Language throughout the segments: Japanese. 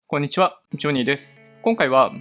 こんにちは、ジョニーです。今回は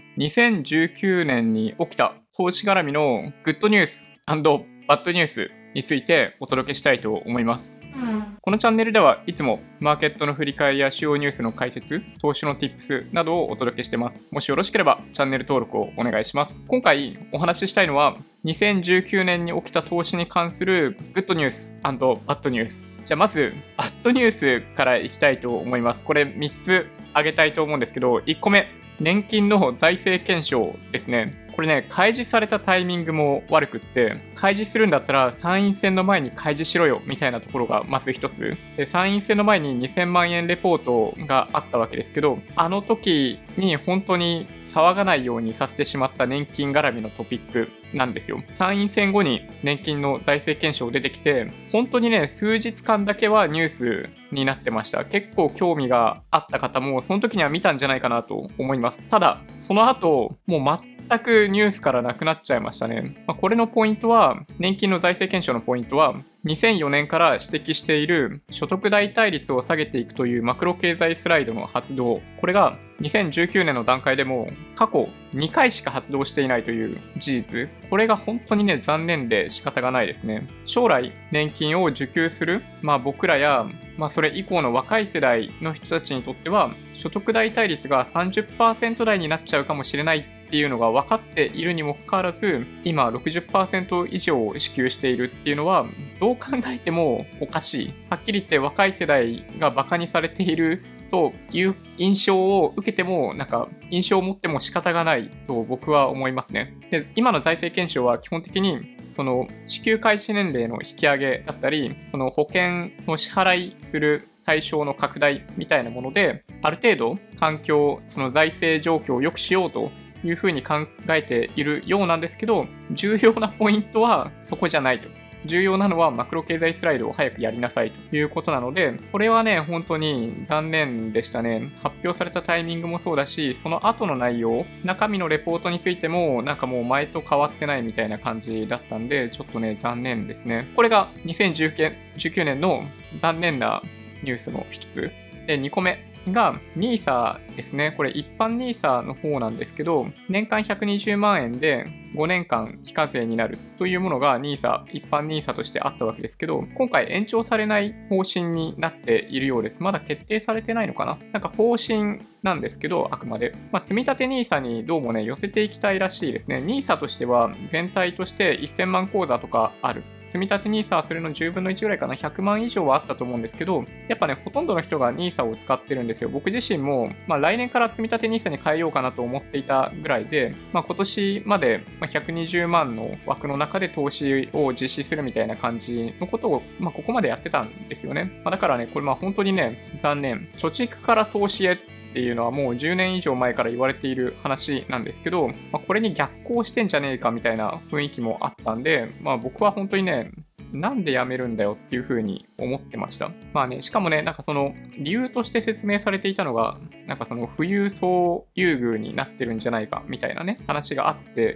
2019年に起きた投資絡みのグッドニュース&バッドニュースについてお届けしたいと思います。このチャンネルではいつもマーケットの振り返りや主要ニュースの解説、投資の Tips などをお届けしています。もしよろしければチャンネル登録をお願いします。今回お話ししたいのは2019年に起きた投資に関するグッドニュース&バッドニュース。じゃあまずバッドニュースからいきたいと思います。これ3つ挙げたいと思うんですけど、1個目、年金の財政検証ですね。これね、開示されたタイミングも悪くって、開示するんだったら参院選の前に開示しろよみたいなところがまず一つ。で、参院選の前に2000万円レポートがあったわけですけど、あの時に本当に騒がないようにさせてしまった年金絡みのトピックなんですよ。参院選後に年金の財政検証出てきて、本当にね、数日間だけはニュースになってました。結構興味があった方もその時には見たんじゃないかなと思います。ただ、その後、もう全くニュースからなくなっちゃいましたね。これのポイントは、年金の財政検証のポイントは、2004年から指摘している所得代替率を下げていくというマクロ経済スライドの発動。これが2019年の段階でも過去2回しか発動していないという事実。これが本当にね、残念で仕方がないですね。将来年金を受給する、僕らやそれ以降の若い世代の人たちにとっては、所得代替率が 30% 台になっちゃうかもしれないっていうのが分かっているにもかかわらず、今 60% 以上支給しているっていうのは、どう考えてもおかしい。はっきり言って若い世代がバカにされているという印象を受けても、印象を持っても仕方がないと僕は思いますね。で、今の財政検証は基本的にその支給開始年齢の引き上げだったり、その保険の支払いする対象の拡大みたいなもので、ある程度環境、その財政状況を良くしようというふうに考えているようなんですけど、重要なポイントはそこじゃないと。重要なのはマクロ経済スライドを早くやりなさいということなので、これはね、本当に残念でしたね。発表されたタイミングもそうだし、その後の内容、中身のレポートについても、もう前と変わってないみたいな感じだったんで、ちょっとね、残念ですね。これが2019年の残念なニュースの一つ。で、2個目が NISA ですね。これ一般 NISA の方なんですけど、年間120万円で5年間非課税になるというものが NISA、一般 NISA としてあったわけですけど、今回延長されない方針になっているようです。まだ決定されてないのかな？方針なんですけど、あくまで。積立 NISA にどうもね、寄せていきたいらしいですね。NISA としては全体として1000万口座とかある。積立 NISA はそれの10分の1ぐらいかな、100万以上はあったと思うんですけど、やっぱね、ほとんどの人が NISA を使ってるんですよ。僕自身も、来年から積立 NISA に変えようかなと思っていたぐらいで、今年まで120万の枠の中で投資を実施するみたいな感じのことを、ここまでやってたんですよね。だからね、これ本当にね、残念。貯蓄から投資へっていうのはもう10年以上前から言われている話なんですけど、これに逆行してんじゃねえかみたいな雰囲気もあったんで、僕は本当にね、なんで辞めるんだよっていう風に思ってました。しかもね、その理由として説明されていたのが、その富裕層優遇になってるんじゃないかみたいなね、話があって、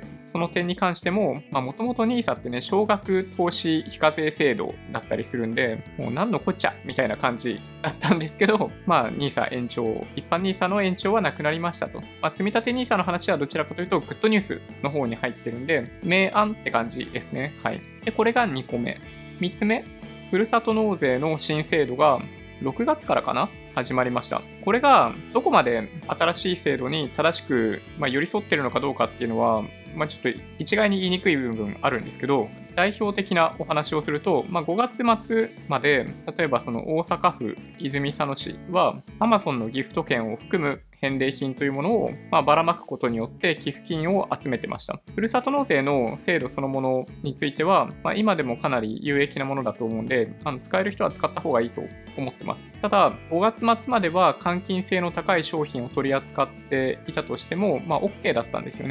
その点に関しても、もともと NISA ってね、少額投資非課税制度だったりするんで、もう何のこっちゃみたいな感じだったんですけど、NISA 延長、一般 NISA の延長はなくなりましたと。積立 NISA の話はどちらかというと、グッドニュースの方に入ってるんで、明暗って感じですね。はい。で、これが2個目。3つ目、ふるさと納税の新制度が6月からかな始まりました。これがどこまで新しい制度に正しく、寄り添ってるのかどうかっていうのは、ちょっと一概に言いにくい部分あるんですけど、代表的なお話をすると、5月末まで、例えばその大阪府泉佐野市は Amazon のギフト券を含む返礼品というものをばらまくことによって寄付金を集めてました。ふるさと納税の制度そのものについては、今でもかなり有益なものだと思うんで、使える人は使った方がいいと思ってます。ただ、5月末までは換金性の高い商品を取り扱っていたとしても、OK だったんですよね。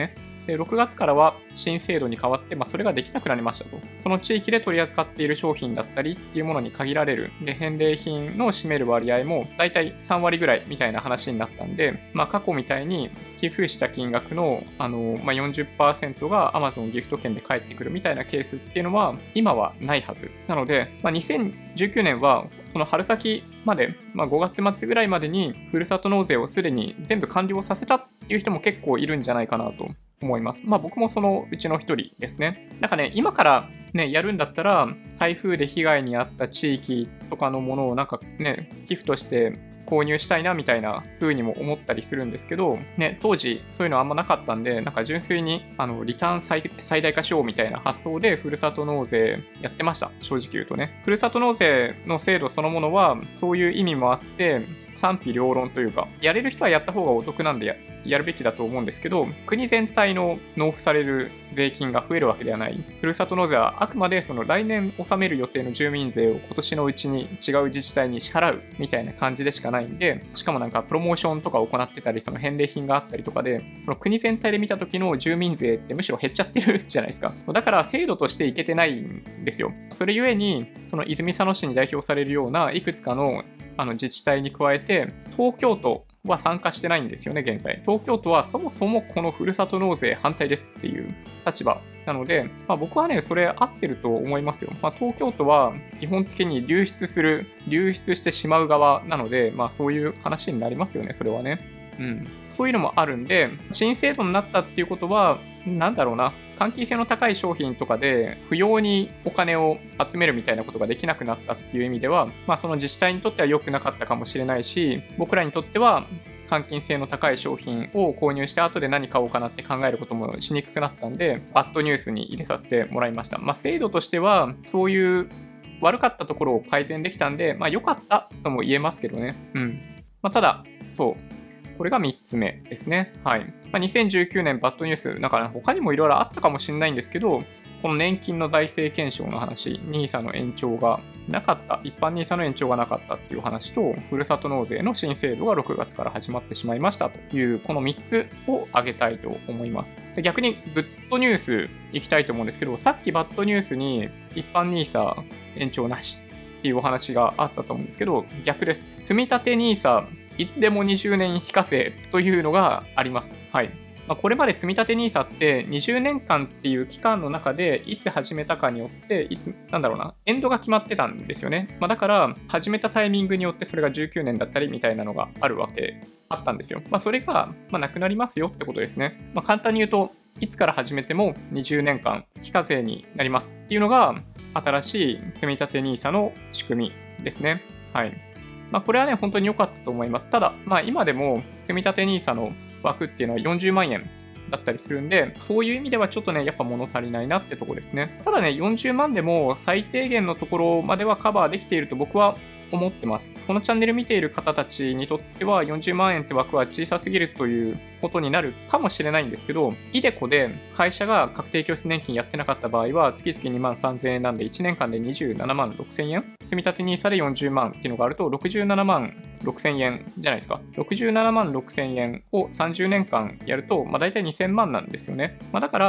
で、6月からは新制度に変わって、それができなくなりましたと。その地域で取り扱っている商品だったりっていうものに限られる。で、返礼品の占める割合もだいたい3割ぐらいみたいな話になったんで、過去みたいに寄付した金額の、40% が Amazon ギフト券で返ってくるみたいなケースっていうのは今はないはず。なので、2019年はその春先まで、5月末ぐらいまでにふるさと納税をすでに全部完了させたっていう人も結構いるんじゃないかなと思います。僕もそのうちの一人ですね。今からやるんだったら、台風で被害に遭った地域とかのものを寄付として購入したいなみたいな風にも思ったりするんですけど、当時そういうのあんまなかったんで、純粋にリターン最大化しようみたいな発想でふるさと納税やってました。正直言うとね。ふるさと納税の制度そのものはそういう意味もあって、賛否両論というか、やれる人はやった方がお得なんでやるべきだと思うんですけど、国全体の納付される税金が増えるわけではない。ふるさと納税はあくまでその来年納める予定の住民税を今年のうちに違う自治体に支払うみたいな感じでしかないんで、しかもプロモーションとか行ってたり、その返礼品があったりとかで、その国全体で見た時の住民税ってむしろ減っちゃってるじゃないですか。だから制度としていけてないんですよ。それゆえに、その泉佐野市に代表されるようないくつかの自治体に加えて、東京都は参加してないんですよね、現在。東京都はそもそもこのふるさと納税反対ですっていう立場なので、僕はそれ合ってると思いますよ。東京都は基本的に流出してしまう側なので、そういう話になりますよね、それはね。そういうのもあるんで、新制度になったっていうことは、換金性の高い商品とかで不要にお金を集めるみたいなことができなくなったっていう意味では、その自治体にとっては良くなかったかもしれないし、僕らにとっては換金性の高い商品を購入して後で何買おうかなって考えることもしにくくなったんで、バッドニュースに入れさせてもらいました。制度としてはそういう悪かったところを改善できたんで、良かったとも言えますけどね。ただ、これが3つ目ですね。はい。2019年バッドニュース、他にもいろいろあったかもしれないんですけど、この年金の財政検証の話、NISA の延長がなかった、一般 NISA の延長がなかったっていう話と、ふるさと納税の新制度が6月から始まってしまいましたという、この3つを挙げたいと思います。で、逆にグッドニュースいきたいと思うんですけど、さっきバッドニュースに一般 NISA 延長なしっていうお話があったと思うんですけど、逆です。積立 NISAいつでも20年非課税というのがあります。はい。これまで積立 NISA って20年間っていう期間の中でいつ始めたかによってエンドが決まってたんですよね。だから始めたタイミングによってそれが19年だったりみたいなのがあったんですよ。それがなくなりますよってことですね。簡単に言うといつから始めても20年間非課税になりますっていうのが新しい積立 NISA の仕組みですね。はい。これはね、本当に良かったと思います。ただ、今でも積立 NISA の枠っていうのは40万円だったりするんで、そういう意味ではちょっとね、やっぱ物足りないなってとこですね。ただね、40万でも最低限のところまではカバーできていると僕は思ってます。このチャンネル見ている方たちにとっては40万円って枠は小さすぎるということになるかもしれないんですけど、iDeCo で会社が確定拠出年金やってなかった場合は月々2万3000円なんで1年間で27万6000円積立 NISA で40万っていうのがあると67万6000円じゃないですか。67万6000円を30年間やると、大体2000万なんですよね。だから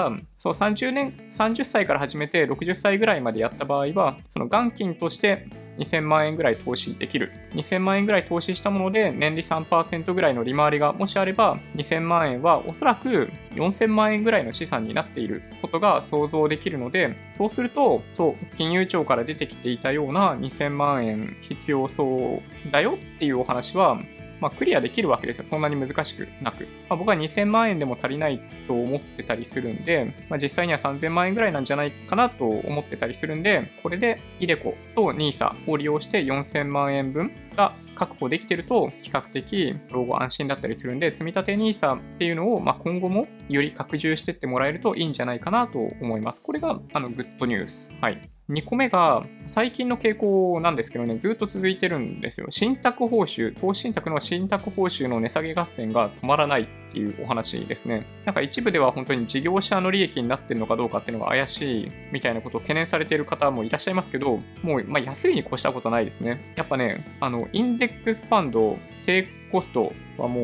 、30歳から始めて60歳ぐらいまでやった場合は、その元金として2000万円ぐらい投資できる。2000万円ぐらい投資したもので年利 3% ぐらいの利回りがもしあれば、2000万円はおそらく4000万円ぐらいの資産になっていることが想像できるので、そうすると、金融庁から出てきていたような2000万円必要そうだよっていうお話は、クリアできるわけですよ。そんなに難しくなく。僕は2000万円でも足りないと思ってたりするんで、実際には3000万円ぐらいなんじゃないかなと思ってたりするんで、これでiDeCoと NISA を利用して4000万円分が確保できてると比較的老後安心だったりするんで、積立 NISA っていうのを今後もより拡充していってもらえるといいんじゃないかなと思います。これがグッドニュース。はい。2個目が最近の傾向なんですけどね、ずっと続いてるんですよ。信託報酬、投資信託の信託報酬の値下げ合戦が止まらないっていうお話ですね。一部では本当に事業者の利益になってるのかどうかっていうのが怪しいみたいなことを懸念されている方もいらっしゃいますけど、もう安いに越したことないですね。やっぱね、インデックスファンド低コストはもう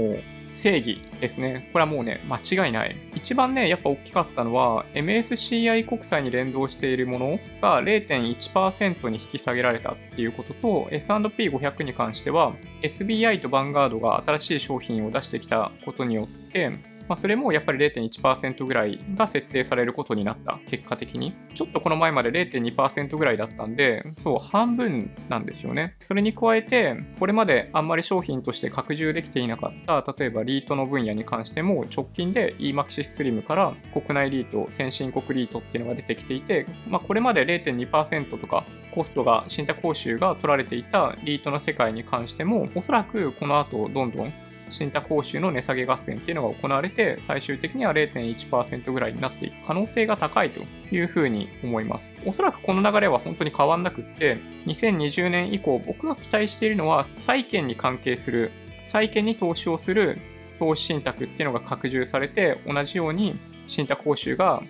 正義ですね。これはもうね、間違いない。一番ね、やっぱ大きかったのは、MSCI 国債に連動しているものが 0.1% に引き下げられたっていうことと、S&P500 に関しては、SBI とバンガードが新しい商品を出してきたことによって、それもやっぱり 0.1% ぐらいが設定されることになった、結果的に。ちょっとこの前まで 0.2% ぐらいだったんで、そう、半分なんですよね。それに加えて、これまであんまり商品として拡充できていなかった、例えばリートの分野に関しても、直近で EMAXIS Slim から国内リート、先進国リートっていうのが出てきていて、これまで 0.2% とか、コストが、信託報酬が取られていたリートの世界に関しても、おそらくこの後どんどん信託報酬の値下げ合戦っていうのが行われて、最終的には 0.1% ぐらいになっていく可能性が高いというふうに思います。おそらくこの流れは本当に変わんなくって、2020年以降、僕が期待しているのは、債券に関係する、債券に投資をする投資信託っていうのが拡充されて、同じように信託報酬が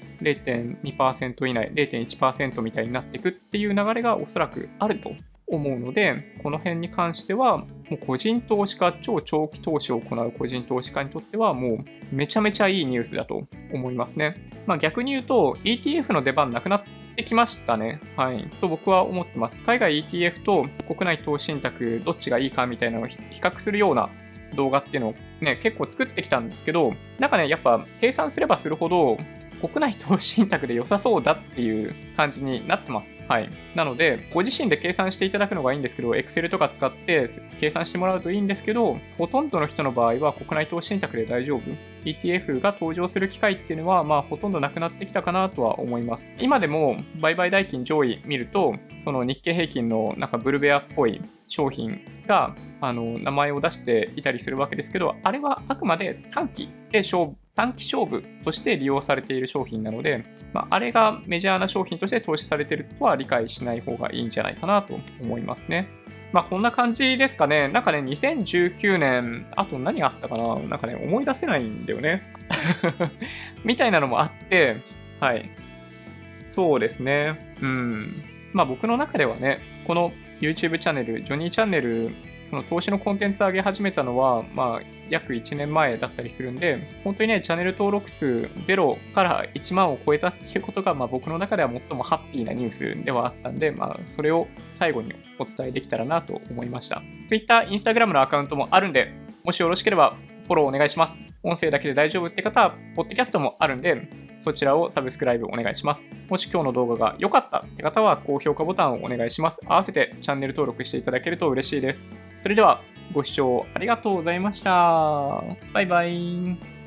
0.2% 以内、0.1% みたいになっていくっていう流れがおそらくあると思うので、この辺に関しては、もう個人投資家、超長期投資を行う個人投資家にとっては、もうめちゃめちゃいいニュースだと思いますね。逆に言うと、ETF の出番なくなってきましたね。はい。と僕は思ってます。海外 ETF と国内投資信託、どっちがいいかみたいなのを比較するような動画っていうのをね、結構作ってきたんですけど、なんかね、やっぱ計算すればするほど、国内投資信託で良さそうだっていう感じになってます。はい。なので、ご自身で計算していただくのがいいんですけど、Excel とか使って計算してもらうといいんですけど、ほとんどの人の場合は国内投資信託で大丈夫。ETF が登場する機会っていうのは、ほとんどなくなってきたかなとは思います。今でも、売買代金上位見ると、その日経平均のなんかブルベアっぽい商品が、名前を出していたりするわけですけど、あれはあくまで短期勝負として利用されている商品なので、あれがメジャーな商品として投資されているとは理解しない方がいいんじゃないかなと思いますね。こんな感じですかね。なんかね、2019年、あと何があったかな、なんかね、思い出せないんだよね。みたいなのもあって、はい。そうですね。僕の中ではね、この YouTube チャンネル、ジョニーチャンネル、その投資のコンテンツ上げ始めたのは、約1年前だったりするんで、本当にね、チャンネル登録数0から1万を超えたっていうことが、僕の中では最もハッピーなニュースではあったんで、それを最後にお伝えできたらなと思いました。Twitter、Instagram のアカウントもあるんで、もしよろしければフォローお願いします。音声だけで大丈夫って方は、ポッドキャストもあるんで、そちらをサブスクライブお願いします。もし今日の動画が良かったって方は、高評価ボタンをお願いします。合わせてチャンネル登録していただけると嬉しいです。それでは、ご視聴ありがとうございました。バイバイ。